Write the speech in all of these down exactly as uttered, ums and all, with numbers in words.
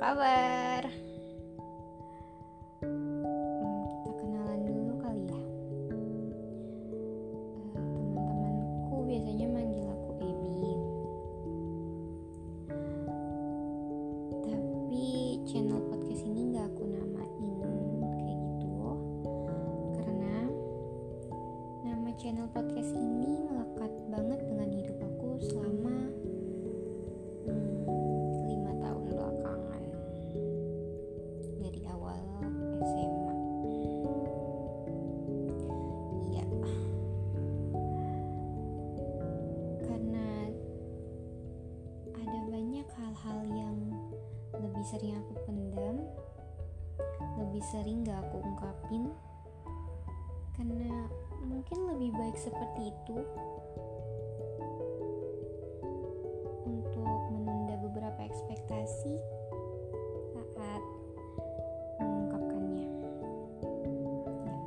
kabar? Hmm, kita kenalan dulu kali ya. Eh, Teman-temanku biasanya manggil aku Ebi. Tapi channel podcast ini gak aku namain kayak gitu, karena nama channel podcast ini melekat banget dengan hidup aku selama hmm, lima tahun belakangan, dari awal S M A. Iya, karena ada banyak hal-hal yang lebih sering aku pendam, lebih sering gak aku ungkapin, karena mungkin lebih baik seperti itu untuk menunda beberapa ekspektasi saat mengungkapkannya. Ya.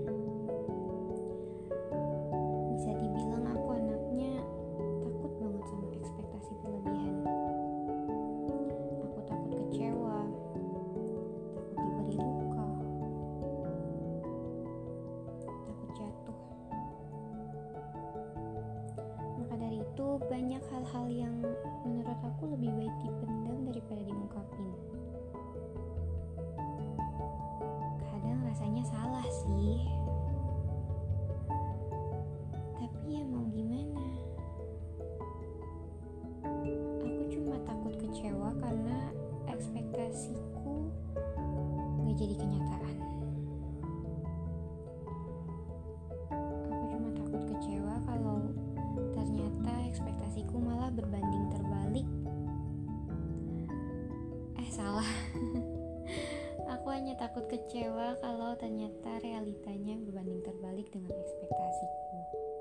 Bisa dibilang aku anaknya takut banget sama ekspektasi berlebihan. Aku takut kecewa, takut diberi luka, takut jatuh. Maka dari itu banyak hal-hal yang menurut aku lebih baik dipendam daripada diungkapin. Kadang rasanya salah sih, tapi ya mau gimana. Aku cuma takut kecewa karena ekspektasiku gak jadi kenyataan. Aku cuma takut kecewa kalau ternyata ekspektasiku malah berbanding terbalik. Eh salah. Aku hanya takut kecewa kalau ternyata realitanya berbanding terbalik dengan ekspektasiku.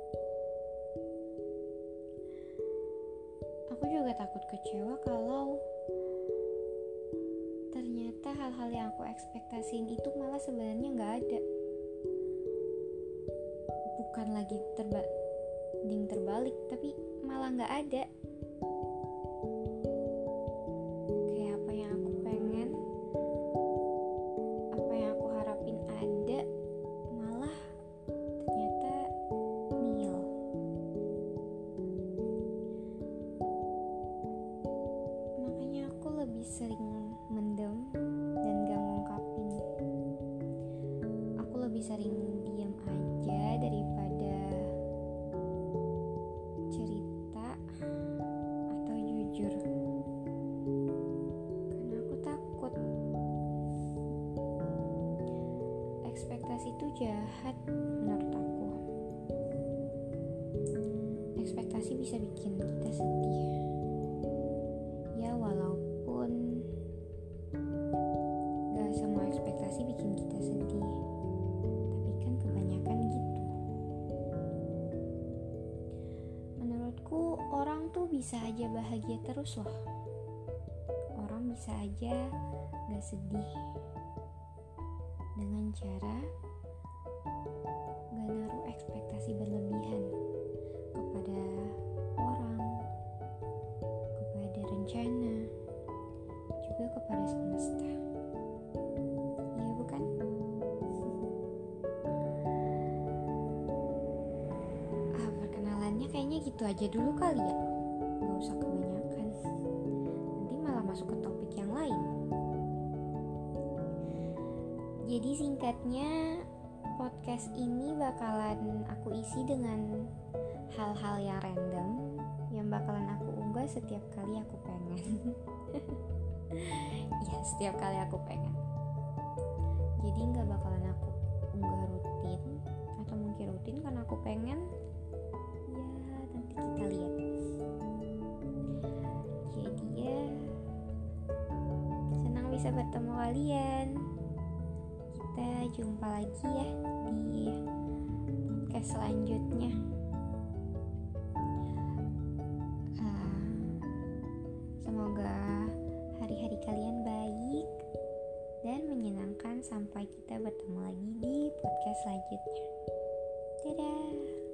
Aku juga takut kecewa kalau ternyata hal-hal yang aku ekspektasiin itu malah sebenarnya gak ada. Bukan lagi terbanding terbalik, tapi malah gak ada. Kayak apa yang aku pengen, apa yang aku harapin ada, malah ternyata nihil. Makanya aku lebih sering mendem dan gak ngungkapin. Aku lebih sering diam aja daripada cerita atau jujur, karena aku takut. Ekspektasi itu jahat menurut aku. Ekspektasi bisa bikin kita sedih. Ya walaupun gak semua ekspektasi bikin kita sedih, tapi kan kebanyakan gitu. Menurutku orang tuh bisa aja bahagia terus loh. Orang bisa aja gak sedih dengan cara gak naruh ekspektasi berlebihan kepada orang, kepada rencana, juga kepada semesta. Iya bukan? Ah, perkenalannya kayaknya gitu aja dulu kali ya. Gak usah kebanyakan, nanti malah masuk ke topik yang lain. Jadi singkatnya, podcast ini bakalan aku isi dengan hal-hal yang random yang bakalan aku unggah setiap kali aku pengen. Ya, setiap kali aku pengen. Jadi gak bakalan aku unggah rutin, atau mungkin rutin karena aku pengen. Ya, nanti kita lihat. Jadi ya, senang bisa bertemu kalian. Kita jumpa lagi ya di podcast selanjutnya. Uh, semoga hari-hari kalian baik dan menyenangkan sampai kita bertemu lagi di podcast selanjutnya. Dadah.